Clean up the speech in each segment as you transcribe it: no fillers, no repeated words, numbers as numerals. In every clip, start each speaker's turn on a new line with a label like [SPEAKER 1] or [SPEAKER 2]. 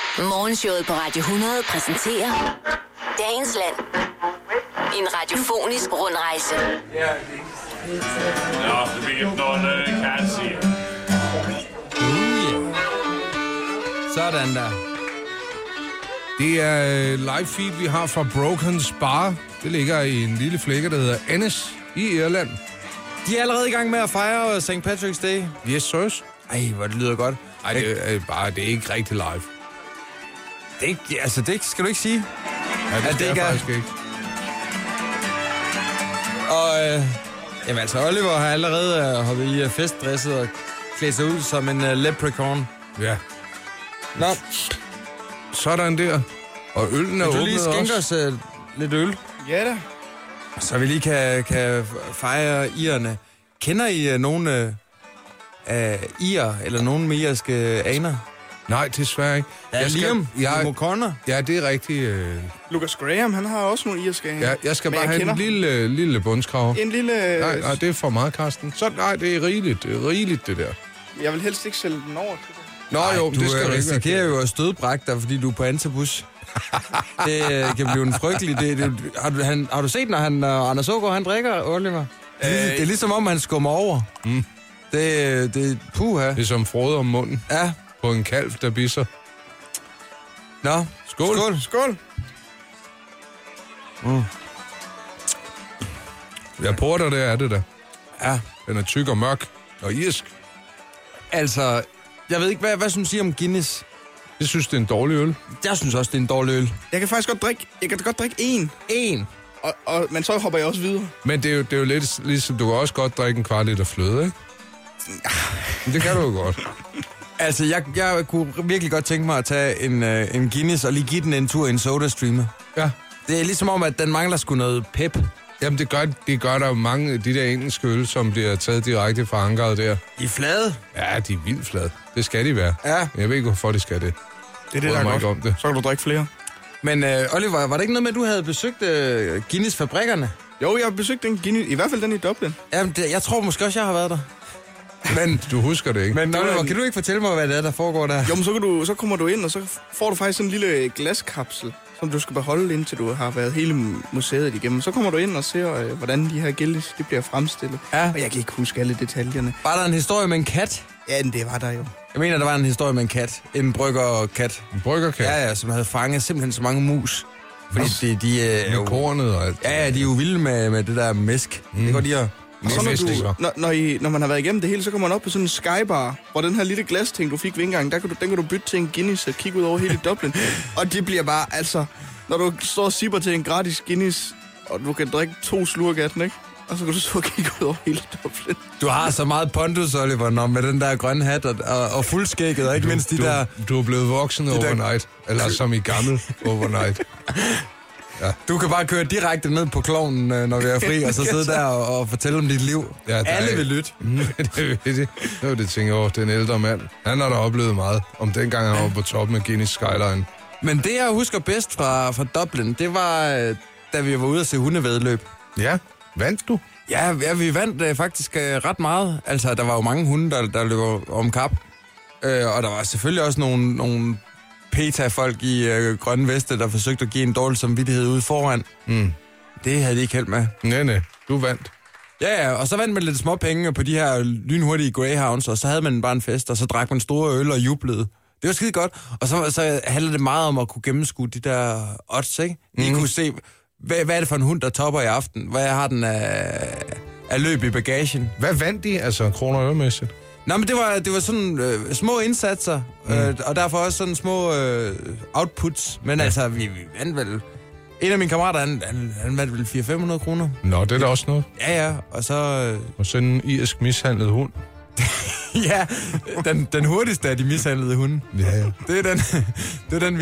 [SPEAKER 1] Morgenshowet på Radio 100 præsenterer Dagens Land. En radiofonisk rundrejse.
[SPEAKER 2] Ja, det bliver noget, kan jeg sige.
[SPEAKER 3] Sådan der.
[SPEAKER 4] Det er live feed, vi har fra Broken's Bar. Det ligger i en lille flække, der hedder Ennis i Irland.
[SPEAKER 3] De er allerede i gang med at fejre St. Patrick's Day.
[SPEAKER 4] Yes, sirs.
[SPEAKER 3] Ej, hvor det lyder godt.
[SPEAKER 4] Ej, det er ikke rigtig live.
[SPEAKER 3] Det er ikke, altså, det skal du ikke sige.
[SPEAKER 4] Ja, det skal jeg faktisk ikke.
[SPEAKER 3] Og jamen altså, Oliver har allerede hoppet i festdresset og klædt sig ud som en leprechaun.
[SPEAKER 4] Ja.
[SPEAKER 3] Nå.
[SPEAKER 4] Sådan der. Og øllen er åbnet også.
[SPEAKER 3] Vil du lige skænke os lidt øl?
[SPEAKER 5] Ja da.
[SPEAKER 3] Så vi lige kan fejre irerne. Kender I nogen irer, eller nogen med irske aner?
[SPEAKER 4] Nej, desværre ikke.
[SPEAKER 3] Liam O'Connor.
[SPEAKER 4] Ja, det er rigtigt.
[SPEAKER 5] Lucas Graham, han har også nogle irske.
[SPEAKER 4] Ja, jeg skal bare have en lille bundskrav.
[SPEAKER 5] En lille...
[SPEAKER 4] Nej, det er for meget, Karsten. Så nej, det er rigeligt. Det er rigeligt, det der.
[SPEAKER 5] Jeg vil helst ikke sælge den over til dig.
[SPEAKER 4] Nå jo, det skal
[SPEAKER 3] du
[SPEAKER 4] ikke.
[SPEAKER 3] Du risikerer jo at stødbrække dig, fordi du er på antabus. Det kan blive en frygtelig... Har du set, når Anders Ågaard, han drikker, Oliver? Det er ligesom om, han skummer over.
[SPEAKER 4] Mm.
[SPEAKER 3] Det puha.
[SPEAKER 4] Det er som frode om munden.
[SPEAKER 3] Ja.
[SPEAKER 4] På en kalv, der bisser.
[SPEAKER 3] Nå,
[SPEAKER 4] skål.
[SPEAKER 5] Skål.
[SPEAKER 4] Mm. Ja, porter, det er det der.
[SPEAKER 3] Ja.
[SPEAKER 4] Den er tyk og mørk og irsk.
[SPEAKER 3] Altså, jeg ved ikke, hvad synes I om Guinness?
[SPEAKER 4] Jeg synes, det er en dårlig øl.
[SPEAKER 3] Jeg synes også, det er en dårlig øl.
[SPEAKER 5] Jeg kan faktisk godt drikke en.
[SPEAKER 3] En?
[SPEAKER 5] Men så hopper jeg også videre.
[SPEAKER 4] Men det er jo lidt ligesom, du kan også godt drikke en kvart liter fløde, ikke? Men det kan du jo godt.
[SPEAKER 3] Altså, jeg kunne virkelig godt tænke mig at tage en Guinness og lige give den en tur i en SodaStreamer.
[SPEAKER 4] Ja.
[SPEAKER 3] Det er ligesom om, at den mangler sgu noget pep.
[SPEAKER 4] Jamen, det gør der jo mange af de der engelske øl, som bliver taget direkte fra ankeret der.
[SPEAKER 3] De er flade?
[SPEAKER 4] Ja, de er vildt flade. Det skal de være.
[SPEAKER 3] Ja.
[SPEAKER 4] Jeg ved ikke, hvorfor de skal det.
[SPEAKER 5] Det er det, der er godt.
[SPEAKER 4] Om det.
[SPEAKER 5] Så kan du drikke flere.
[SPEAKER 3] Men Oliver, var det ikke noget med, at du havde besøgt Guinness-fabrikkerne?
[SPEAKER 5] Jo, jeg har besøgt den Guinness, i hvert fald den i Dublin.
[SPEAKER 3] Jamen, jeg tror måske også, jeg har været der.
[SPEAKER 4] Men du husker det ikke.
[SPEAKER 3] Men Oliver, kan du ikke fortælle mig, hvad det er, der foregår der?
[SPEAKER 5] Jo, men så kommer du ind, og så får du faktisk sådan en lille glaskapsel, som du skal beholde, indtil du har været hele museet igennem. Så kommer du ind og ser, hvordan de her Guinness de bliver fremstillet.
[SPEAKER 3] Ja.
[SPEAKER 5] Og jeg kan ikke huske alle detaljerne.
[SPEAKER 3] Var der en historie med en kat?
[SPEAKER 5] Ja, det var der jo.
[SPEAKER 3] Jeg mener, der var en historie med en kat. En bryggerkat.
[SPEAKER 4] En bryggerkat?
[SPEAKER 3] Ja, som havde fanget simpelthen så mange mus. Fordi de er
[SPEAKER 4] jo... kornet og alt.
[SPEAKER 3] Ja, de er jo vilde med det der mæsk. Det går de her...
[SPEAKER 5] Og så når man har været igennem det hele, så kommer man op på sådan en skybar, hvor den her lille glasting, du fik ved indgangen, den kan du bytte til en Guinness og kigge ud over hele Dublin. Og det bliver bare, altså, når du står og sipper til en gratis Guinness, og du kan drikke 2 slurk af den, ikke? Og så kan du så og kigge ud over hele Dublin.
[SPEAKER 3] Du har så meget pondus, Oliver, når med den der grønne hat og fuldskægget, og ikke mindst de der...
[SPEAKER 4] Du er blevet voksen overnight, eller som i gammel overnight.
[SPEAKER 3] Ja. Du kan bare køre direkte ned på klovnen, når vi er fri, og så sidde der og fortælle om dit liv. Ja, alle vil lytte.
[SPEAKER 4] Det var det, tænker over. Den ældre mand. Han har da oplevet meget om dengang, han var på toppen af Guinness Skyline.
[SPEAKER 3] Men det, jeg husker bedst fra Dublin, det var, da vi var ude at se hundevæddeløb.
[SPEAKER 4] Ja, vandt du?
[SPEAKER 3] Ja, vi vandt faktisk ret meget. Altså, der var jo mange hunde, der løb om kap. Og der var selvfølgelig også nogle PETA-folk i grønne veste, der forsøgte at give en dårlig samvittighed ude foran. Mm. Det havde de ikke held med.
[SPEAKER 4] Nej, du vandt.
[SPEAKER 3] Ja, og så vandt man lidt små penge på de her lynhurtige Greyhounds, og så havde man bare en fest, og så drak man store øl og jublede. Det var skide godt. Og så handlede det meget om at kunne gennemskue de der odds, ikke? Lige kunne se, hvad er det for en hund, der topper i aften? Hvad har den af løb i bagagen?
[SPEAKER 4] Hvad vandt de, altså kroner og øremæssigt?
[SPEAKER 3] Nå, men det var sådan små indsatser, og derfor også sådan små outputs. Men altså, vi vandt vel... En af mine kammerater, han vandt vel 400-500 kroner.
[SPEAKER 4] Nå, det er da også noget.
[SPEAKER 3] Ja, og så...
[SPEAKER 4] Og sådan en irsk mishandlet hund.
[SPEAKER 3] Ja, den hurtigste af de mishandlede hunde.
[SPEAKER 4] Ja.
[SPEAKER 3] Det er den,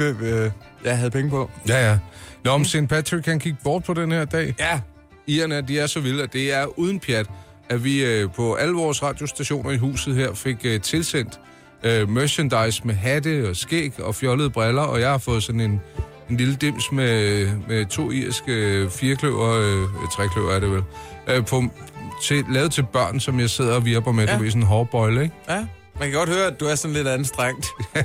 [SPEAKER 3] vi havde penge på.
[SPEAKER 4] Ja. Nå, om St. Patrick kan kigge bort på den her dag.
[SPEAKER 3] Ja.
[SPEAKER 4] Irerne, de er så vilde, at det er uden pjat, at vi på alle vores radiostationer i huset her fik tilsendt merchandise med hatte og skæg og fjollede briller, og jeg har fået sådan en lille dims med 2 irske trekløver er det vel, lavet til børn, som jeg sidder og virper med, du ved, sådan en hårbøjle, ikke?
[SPEAKER 3] Ja. Man kan godt høre, at du er sådan lidt anstrengt.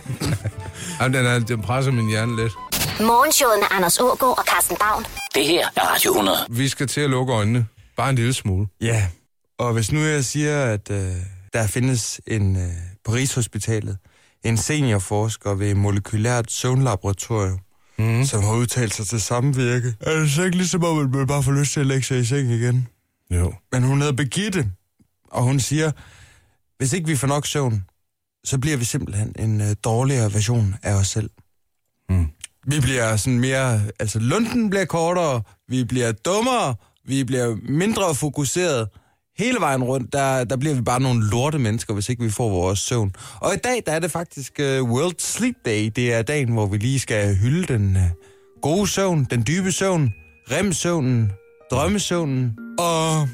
[SPEAKER 4] Jamen, den presser min hjerne lidt.
[SPEAKER 1] Morgenshowet med Anders Aagaard og Carsten Baum.
[SPEAKER 2] Det her er Radio 100.
[SPEAKER 4] Vi skal til at lukke øjnene. Bare en lille smule.
[SPEAKER 3] Ja, og hvis nu jeg siger, at der findes på Rigshospitalet en seniorforsker ved molekylært søvnlaboratorium, som har udtalt sig til samvirke. Er det så ikke ligesom om, at man bare får lyst til at lægge sig i seng igen?
[SPEAKER 4] Jo.
[SPEAKER 3] Men hun hedder Birgitte, og hun siger, hvis ikke vi får nok søvn, så bliver vi simpelthen en dårligere version af os selv. Vi bliver sådan mere, altså lunden bliver kortere, vi bliver dummere, vi bliver mindre fokuseret. Hele vejen rundt, der bliver vi bare nogle lorte mennesker, hvis ikke vi får vores søvn. Og i dag, der er det faktisk World Sleep Day. Det er dagen, hvor vi lige skal hylde den gode søvn, den dybe søvn, REM-søvnen, drømmesøvnen. Og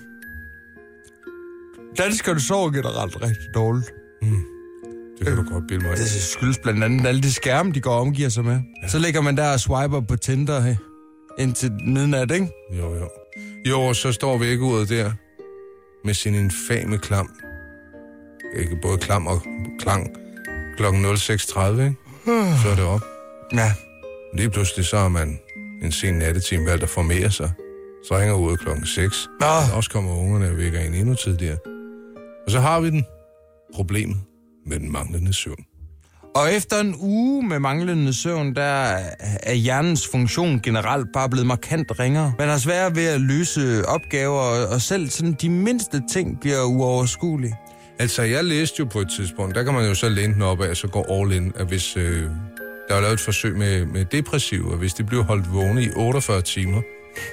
[SPEAKER 3] danskerne sover generelt rigtig dårligt.
[SPEAKER 4] Det kan du godt bilde mig.
[SPEAKER 3] Det skyldes blandt andet alle de skærme, de går og omgiver sig med. Ja. Så ligger man der og swiper på Tinder indtil midnat, ikke?
[SPEAKER 4] Jo, så står vækkeuret der med sin infame klam. Ikke både klam og klang. Klokken 06.30, ikke? Så er det op.
[SPEAKER 3] Ja.
[SPEAKER 4] Lige pludselig så er man en sen nattetime valgt at formere sig. Så ringer uret klokken 6. Og også kommer ungerne og vækker en endnu tidligere. Og så har vi den. Problemet med den manglende søvn.
[SPEAKER 3] Og efter en uge med manglende søvn, der er hjernens funktion generelt bare blevet markant ringere. Man har svært ved at løse opgaver, og selv sådan de mindste ting bliver uoverskuelige.
[SPEAKER 4] Altså, jeg læste jo på et tidspunkt, der kan man jo så læne den op af, og så går all in, at hvis der er lavet et forsøg med depressive, og hvis de blev holdt vågne i 48 timer,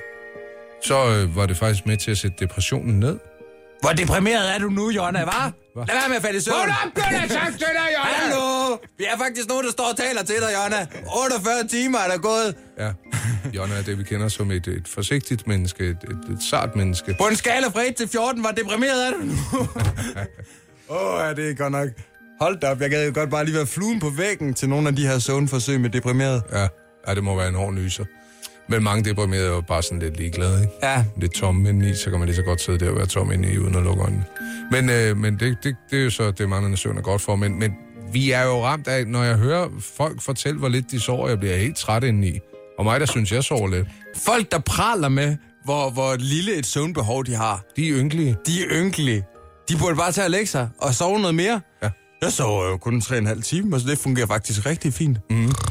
[SPEAKER 4] så var det faktisk med til at sætte depressionen ned.
[SPEAKER 3] Hvor deprimeret er du nu, Jonna, hva'? Lad være med at falde i søvn.
[SPEAKER 4] Hold op, det er sagt til dig, Jonna!
[SPEAKER 3] Hallo! Vi er faktisk nogen, der står og taler til dig, Jonna. 48 timer er der gået.
[SPEAKER 4] Ja, Jonna er det, vi kender som et forsigtigt menneske, et sart menneske.
[SPEAKER 3] På en skala fra 1 til 14, hvor deprimeret er du nu? Ja, det er godt nok. Hold da op, jeg gad jo godt bare lige være fluen på væggen til nogle af de her søvnforsøg med deprimeret.
[SPEAKER 4] Ja, det må være en hård nyser. Men mange deprimerede er jo bare sådan lidt ligeglade, ikke?
[SPEAKER 3] Ja.
[SPEAKER 4] Lidt tomme indeni, så kan man lige så godt sidde der og være tom indeni, uden at lukke øjnene. Men det er jo så, det manglende søvn er godt for. Men vi er jo ramt af, når jeg hører folk fortælle, hvor lidt de sover, jeg bliver helt træt indeni. Og mig, der synes, jeg sover lidt.
[SPEAKER 3] Folk, der praler med, hvor lille et søvnbehov de har.
[SPEAKER 4] De er ynkelige.
[SPEAKER 3] De burde bare tage at lægge sig og sove noget mere.
[SPEAKER 4] Ja.
[SPEAKER 3] Jeg sover jo kun 3,5 timer, så det fungerer faktisk rigtig fint.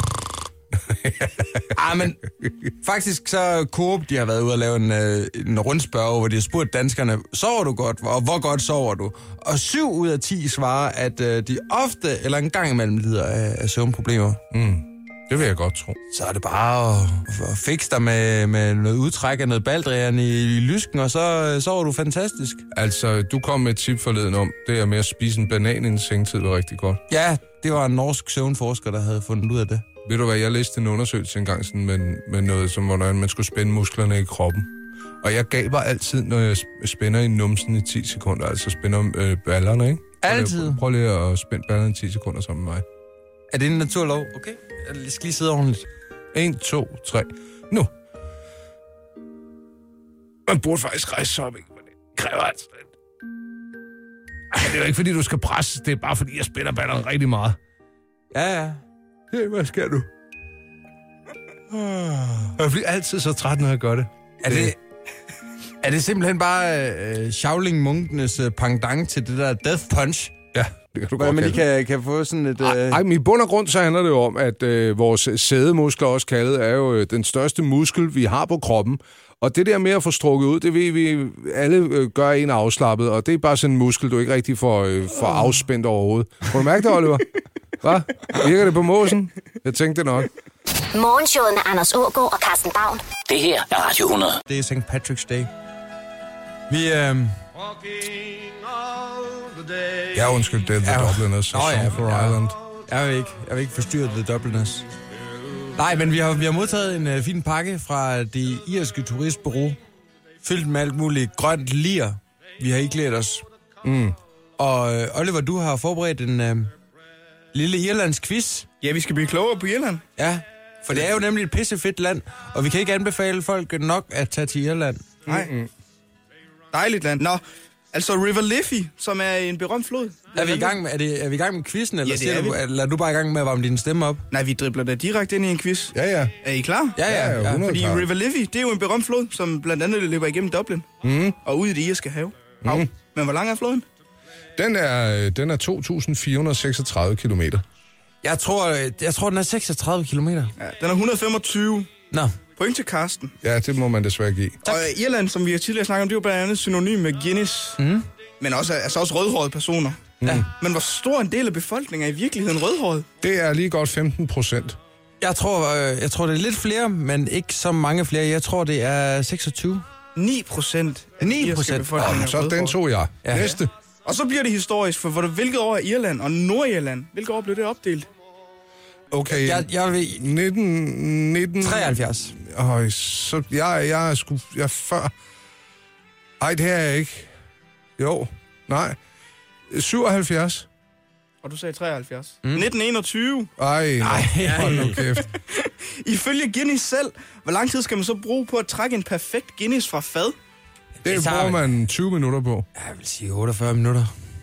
[SPEAKER 3] Men faktisk så Coop, de har været ude og lave en rundspørge, hvor de har spurgt danskerne, sover du godt, og hvor godt sover du? Og 7 ud af 10 svarer, at de ofte eller en gang imellem lider af søvnproblemer.
[SPEAKER 4] Det vil jeg godt tro.
[SPEAKER 3] Så er det bare at fikse dig med noget udtræk af noget baldrian i lysken, og så sover du fantastisk.
[SPEAKER 4] Altså, du kom med et tip forleden om, det er med at spise en banan i en sengetid var rigtig godt.
[SPEAKER 3] Ja, det var en norsk søvnforsker, der havde fundet ud af det.
[SPEAKER 4] Ved du hvad, jeg læste en undersøgelse engang sådan med noget, som hvordan man skulle spænde musklerne i kroppen. Og jeg gaber altid, når jeg spænder i numsen i 10 sekunder, altså spænder ballerne, ikke?
[SPEAKER 3] Altid?
[SPEAKER 4] Prøv lige at spænde ballerne i 10 sekunder sammen med mig.
[SPEAKER 3] Er det en naturlov? Okay, jeg skal lige sidde ordentligt.
[SPEAKER 4] 1, 2, 3, nu. Man burde faktisk rejse sig op, ikke? Men det kræver altså lidt. Det er jo ikke, fordi du skal presse, det er bare, fordi jeg spænder ballerne rigtig meget.
[SPEAKER 3] Ja.
[SPEAKER 4] Hey, hvad sker du? Jeg bliver altid så træt, når jeg gør det.
[SPEAKER 3] Er det simpelthen bare Shaolin-munkenes pendant til det der death punch?
[SPEAKER 4] Ja, det kan du godt
[SPEAKER 3] man
[SPEAKER 4] kalde.
[SPEAKER 3] lige kan få sådan et...
[SPEAKER 4] Ej, men i bund og grund så handler det jo om, at vores sædemuskler, også kaldet, er jo den største muskel, vi har på kroppen. Og det der med at få strukket ud, det ved vi alle gør en afslappet, og det er bare sådan en muskel, du ikke rigtig får afspændt overhovedet. Kan du mærke det, Oliver? Hvad? Virker det på måsen? Jeg tænkte det nok.
[SPEAKER 1] Morgenshowet med Anders Aagaard og Carsten Baum.
[SPEAKER 2] Det her er Radio 100.
[SPEAKER 3] Det er St. Patrick's Day. Vi...
[SPEAKER 4] Ja, undskyld, det er The Dubliners og Song for Island.
[SPEAKER 3] Jeg vil ikke forstyrre The Dubliners. Nej, men vi har modtaget en fin pakke fra det irske turistbureau, fyldt med alt muligt grønt lir. Vi har ikke klædt os. Og Oliver, du har forberedt en lille Irlands quiz.
[SPEAKER 5] Ja, vi skal blive klogere på Irland.
[SPEAKER 3] Ja, for det er jo nemlig et pissefedt land, og vi kan ikke anbefale folk nok at tage til Irland.
[SPEAKER 5] Nej. Dejligt land. Nå, Altså River Liffey, som er en berømt flod.
[SPEAKER 3] Er vi i gang med quizzen, eller
[SPEAKER 5] Ja, det er
[SPEAKER 3] eller er du bare i gang med at varme din stemme op?
[SPEAKER 5] Nej, vi dribler da direkte ind i en quiz.
[SPEAKER 4] Ja.
[SPEAKER 5] Er I klar?
[SPEAKER 3] Ja.
[SPEAKER 4] 100
[SPEAKER 5] Fordi
[SPEAKER 4] klar.
[SPEAKER 5] River Liffey, det er jo en berømt flod, som blandt andet løber igennem Dublin. Og ud i det irske hav. Men hvor lang er floden?
[SPEAKER 4] Den er 2.436 kilometer.
[SPEAKER 3] Jeg tror, den er 36 kilometer.
[SPEAKER 5] Ja, den er 125.
[SPEAKER 3] Nå.
[SPEAKER 5] Point til Karsten.
[SPEAKER 4] Ja, det må man desværre give.
[SPEAKER 5] Og Irland, som vi har tidligere snakket om, det er jo blandt andet synonym med Guinness. Men også rødhårede personer.
[SPEAKER 3] Ja.
[SPEAKER 5] Men hvor stor en del af befolkningen er i virkeligheden rødhåret?
[SPEAKER 4] Det er lige godt 15%.
[SPEAKER 3] Jeg tror, det er lidt flere, men ikke så mange flere. Jeg tror, det er 26.
[SPEAKER 5] 9% af den
[SPEAKER 3] 9%?
[SPEAKER 5] irske befolkning er
[SPEAKER 4] Så den
[SPEAKER 5] rødhåret.
[SPEAKER 4] tog jeg.
[SPEAKER 3] Ja.
[SPEAKER 4] Næste.
[SPEAKER 5] Og så bliver det historisk, for hvilket år er Irland og Nordirland? Hvilket år blev det opdelt?
[SPEAKER 4] Okay,
[SPEAKER 3] Jeg vil
[SPEAKER 4] 19...
[SPEAKER 3] 73.
[SPEAKER 4] Så jeg er før... Ej, det er jeg ikke. Jo, nej. 77.
[SPEAKER 5] Og du sagde 73. 1921.
[SPEAKER 4] Ej, hold nu kæft.
[SPEAKER 5] Ifølge Guinness selv, hvor lang tid skal man så bruge på at trække en perfekt Guinness fra fad?
[SPEAKER 4] Det
[SPEAKER 3] tager
[SPEAKER 4] bruger man 20 minutter på.
[SPEAKER 3] Jeg vil sige 48 minutter.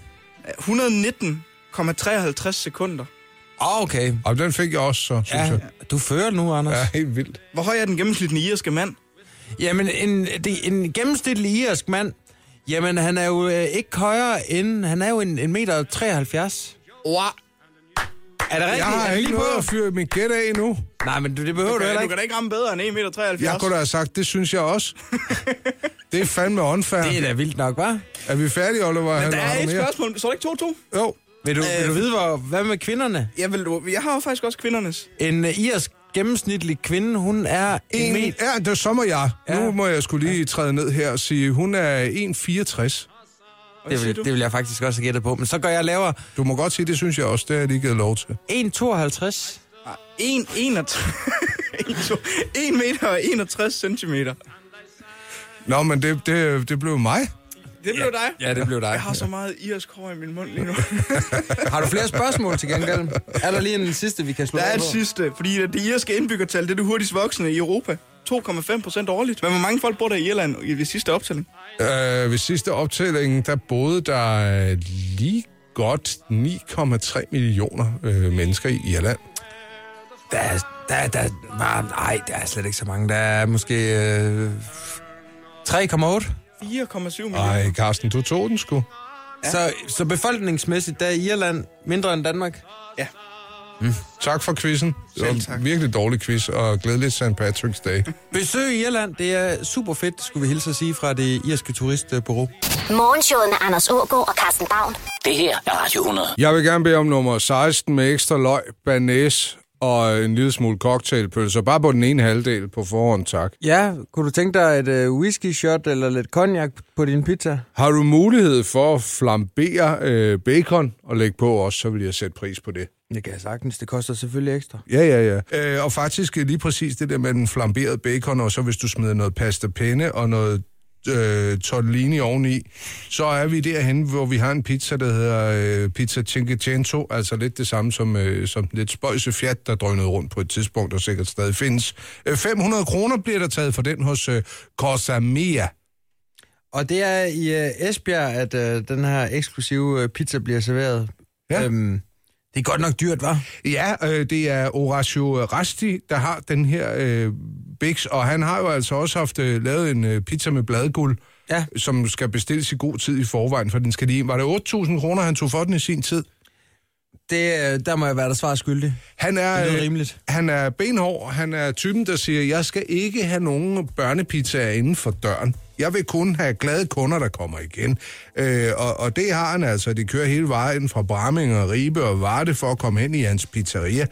[SPEAKER 5] 119,53 sekunder.
[SPEAKER 3] Okay.
[SPEAKER 4] Og den fik jeg også, så synes jeg.
[SPEAKER 3] Du fører nu, Anders.
[SPEAKER 4] Ja, helt vildt.
[SPEAKER 5] Hvor høj er den gennemsnitlige irske mand?
[SPEAKER 3] Jamen, en gennemsnitlig irsk mand, jamen, han er jo ikke højere end... Han er jo 1,73 meter.
[SPEAKER 5] Wow.
[SPEAKER 3] Er det rigtigt?
[SPEAKER 4] Jeg har ikke noget at fyre mit gæt af endnu.
[SPEAKER 3] Nej, men det behøver du heller
[SPEAKER 5] Du
[SPEAKER 3] ikke.
[SPEAKER 5] kan da ikke ramme bedre end 1,73 meter.
[SPEAKER 4] Jeg kunne da have sagt, det synes jeg også. Det er fandme unfair.
[SPEAKER 3] Det er da vildt nok, hva'?
[SPEAKER 4] Er vi færdige, Oliver?
[SPEAKER 5] Men der er et spørgsmål. Så er det ikke 2-2?
[SPEAKER 4] Jo.
[SPEAKER 3] Vil du vide, hvad med kvinderne?
[SPEAKER 5] Jeg har jo faktisk også kvindernes.
[SPEAKER 3] En irsk gennemsnitlig kvinde, hun er en meter...
[SPEAKER 4] Ja, det så må jeg.
[SPEAKER 3] Ja.
[SPEAKER 4] Nu må jeg skulle lige træde ned her og sige, hun er 1,64.
[SPEAKER 3] Det vil jeg faktisk også have gættet på. Men så gør jeg lavere.
[SPEAKER 4] Du må godt sige, det synes jeg også. Det har jeg lige givet lov til.
[SPEAKER 3] 1,52.
[SPEAKER 5] 1 meter og 61 centimeter.
[SPEAKER 4] Nå, men det blev mig.
[SPEAKER 5] Det blev dig.
[SPEAKER 3] Ja, det blev dig.
[SPEAKER 5] Jeg har så meget irsk hår i min mund lige nu.
[SPEAKER 3] Har du flere spørgsmål til gengæld? Er der lige en sidste, vi kan slå
[SPEAKER 5] Der er
[SPEAKER 3] af
[SPEAKER 5] et
[SPEAKER 3] på?
[SPEAKER 5] sidste, fordi det irske indbyggertal, det er det hurtigst voksende i Europa. 2,5% årligt. Men hvor mange folk bor der i Irland i det sidste optælling?
[SPEAKER 4] Ved sidste optælling, der boede der lige godt 9,3 millioner mennesker i Irland.
[SPEAKER 3] Der er slet ikke så mange. Der er måske 3,8.
[SPEAKER 5] 4,7 millioner.
[SPEAKER 4] Ej, Carsten, du tog den sgu.
[SPEAKER 3] Ja. Så befolkningsmæssigt, der er Irland mindre end Danmark?
[SPEAKER 5] Ja.
[SPEAKER 4] Tak for quizzen. Det var
[SPEAKER 5] Selv
[SPEAKER 4] en
[SPEAKER 5] tak.
[SPEAKER 4] virkelig dårlig quiz, og glædelig St. Patrick's Day.
[SPEAKER 3] Besøg Irland, det er super fedt, skulle vi hilse at sige, fra det irske turistbureau.
[SPEAKER 1] Morgenshowet med Anders Aagaard og Carsten Baum.
[SPEAKER 2] Det her er Radio 100.
[SPEAKER 4] Jeg vil gerne bede om nummer 16 med ekstra løg, banæs og en lille smule cocktailpølser. Bare på den ene halvdel på forhånd, tak.
[SPEAKER 3] Ja, kunne du tænke dig et whisky shot eller lidt cognac på din pizza?
[SPEAKER 4] Har du mulighed for at flambere bacon og lægge på også, så vil jeg sætte pris på det.
[SPEAKER 3] Det kan jeg sagtens, det koster selvfølgelig ekstra.
[SPEAKER 4] Ja. Og faktisk lige præcis det der med den flamberede bacon, og så hvis du smider noget pasta penne og noget tortellini oveni, så er vi derhen, hvor vi har en pizza, der hedder pizza Cinquecento, altså lidt det samme som lidt spøjse fjat, der drønede rundt på et tidspunkt, og sikkert stadig findes. 500 kroner bliver der taget for den hos Cosa Mia.
[SPEAKER 3] Og det er i Esbjerg, at den her eksklusive pizza bliver serveret.
[SPEAKER 4] Ja.
[SPEAKER 3] Det er godt nok dyrt, hva'?
[SPEAKER 4] Ja, det er Horacio Rasti, der har den her Bix, og han har jo altså også haft lavet en pizza med bladguld,
[SPEAKER 3] Ja.
[SPEAKER 4] som skal bestilles i god tid i forvejen, for den skal lige... Var det 8.000 kroner, han tog for den i sin tid?
[SPEAKER 3] Der må jeg være der svar skyldig.
[SPEAKER 4] Han er,
[SPEAKER 3] Det lyder rimeligt.
[SPEAKER 4] Han er benhård. Han er typen, der siger, jeg skal ikke have nogen børnepizzaer inden for døren. Jeg vil kun have glade kunder, der kommer igen. Og det har han altså. De kører hele vejen fra Bramming og Ribe og Varde for at komme hen i hans pizzeria.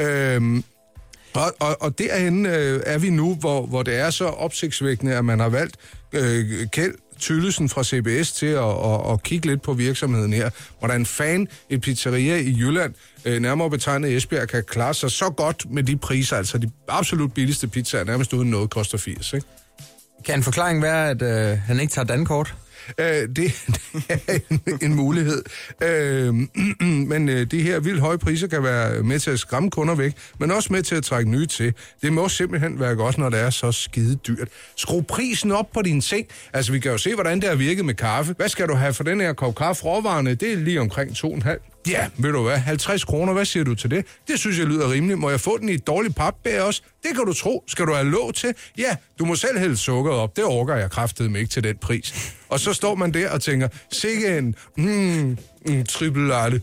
[SPEAKER 4] Og derhen er vi nu, hvor det er så opsigtsvækkende, at man har valgt Kjeld Tyllesen fra CBS til at kigge lidt på virksomheden her. Hvordan fan et pizzeria i Jylland, nærmere betegnet Esbjerg, kan klare sig så godt med de priser. Altså de absolut billigste pizzaer, nærmest uden noget, koster 80, ikke?
[SPEAKER 3] Kan en forklaring være, at han ikke tager dankort?
[SPEAKER 4] Det er en mulighed. Men de her vildt høje priser kan være med til at skræmme kunder væk, men også med til at trække nye til. Det må simpelthen være godt, når det er så skide dyrt. Skru prisen op på din seng. Altså, vi kan jo se, hvordan det har virket med kaffe. Hvad skal du have for den her kop kaffe? Råvarerne, det er lige omkring 2,5. Ja, ved du hvad? 50 kroner, hvad siger du til det? Det synes jeg lyder rimeligt. Må jeg få den i et dårligt papbær også? Det kan du tro. Skal du have låg til? Ja, du må selv hælde sukkeret op. Det orker jeg kraftedeme ikke til den pris. Og så står man der og tænker, sikke en triple latte.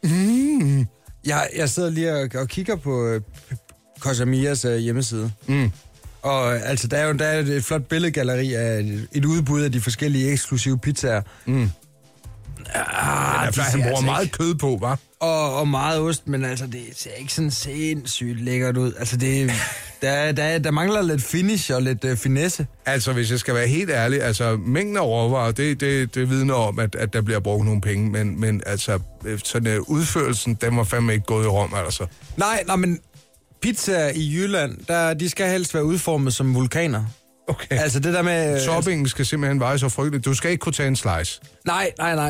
[SPEAKER 3] Jeg sidder lige og kigger på Cosamias hjemmeside. Og altså, der er et flot billedgalleri af et udbud af de forskellige eksklusive pizzaer.
[SPEAKER 4] Han bruger meget kød på, hva'?
[SPEAKER 3] Og meget ost, men altså, det ser ikke sådan sindssygt lækkert ud. Altså, der mangler lidt finish og lidt finesse.
[SPEAKER 4] Altså, hvis jeg skal være helt ærlig, altså, mængden af råvarer, det vidner om, at der bliver brugt nogle penge, men altså, sådan udførelsen, den var fandme ikke gået i rom, altså. Nej,
[SPEAKER 3] men pizzaer i Jylland, de skal helst være udformet som vulkaner.
[SPEAKER 4] Okay.
[SPEAKER 3] Altså det der med...
[SPEAKER 4] Toppingen skal simpelthen veje så frygteligt. Du skal ikke kunne tage en slice.
[SPEAKER 3] Nej.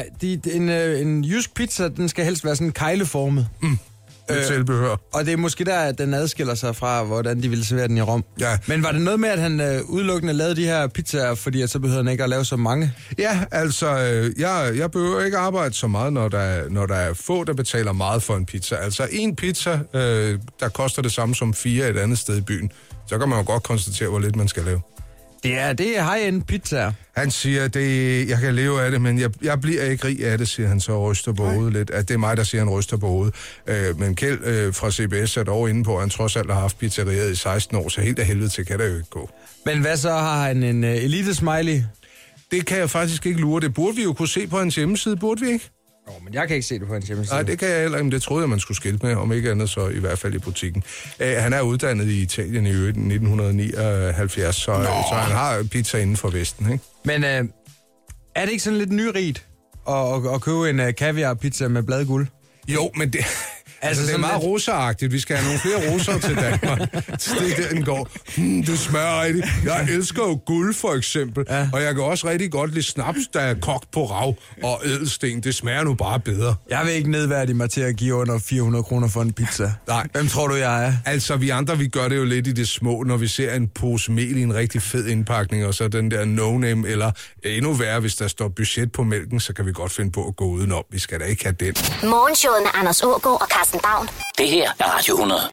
[SPEAKER 3] En jysk pizza, den skal helst være sådan kejleformet.
[SPEAKER 4] Selvbehør.
[SPEAKER 3] Og det er måske der, at den adskiller sig fra, hvordan de ville servere den i Rom. Ja. Men var det noget med, at han udelukkende lavede de her pizzaer, fordi at så behøvede han ikke at lave så mange?
[SPEAKER 4] Ja, altså, jeg behøver ikke arbejde så meget, når der er få, der betaler meget for en pizza. Altså, en pizza, der koster det samme som 4 et andet sted i byen. Så kan man jo godt konstatere, hvor lidt man skal lave.
[SPEAKER 3] Det er high-end pizza.
[SPEAKER 4] Han siger, jeg kan leve af det, men jeg bliver ikke rig af det, siger han så og ryster på hovedet lidt. At det er mig, der siger, han ryster på hovedet. Men Kjeld fra CBS er dog inde på, at han trods alt har haft pizzeriet i 16 år, så helt af helvede til kan det jo ikke gå.
[SPEAKER 3] Men hvad så, har han en elite-smiley?
[SPEAKER 4] Det kan jeg faktisk ikke lure. Det burde vi jo kunne se på hans hjemmeside, burde vi ikke?
[SPEAKER 3] Men jeg kan ikke se det på hans hjemmeside.
[SPEAKER 4] Nej, det kan jeg heller ikke, men det troede jeg, man skulle skilte med, om ikke andet så i hvert fald i butikken. Han er uddannet i Italien i 1979, så han har pizza inden for Vesten, ikke?
[SPEAKER 3] Men er det ikke sådan lidt nyrigt at købe en kaviar-pizza med bladguld?
[SPEAKER 4] Jo, men det... Altså, det er meget roseragtigt. Vi skal have nogle flere roser til Danmark. Det der, den går. Det smager rigtigt. Jeg elsker jo guld, for eksempel. Ja. Og jeg kan også rigtig godt lide snaps, der er kogt på rav og ædelsten. Det smager nu bare bedre.
[SPEAKER 3] Jeg vil ikke nedværdige mig til at give under 400 kroner for en pizza.
[SPEAKER 4] Nej.
[SPEAKER 3] Hvem tror du, jeg er?
[SPEAKER 4] Altså, vi andre, vi gør det jo lidt i det små, når vi ser en pose mel i en rigtig fed indpakning, og så den der no-name, eller endnu værre, hvis der står budget på mælken, så kan vi godt finde på at gå udenom. Vi skal da ikke have den.
[SPEAKER 1] Morgenshowet med Anders Aagaard og Carsten Baum.
[SPEAKER 2] Det her er Radio 100.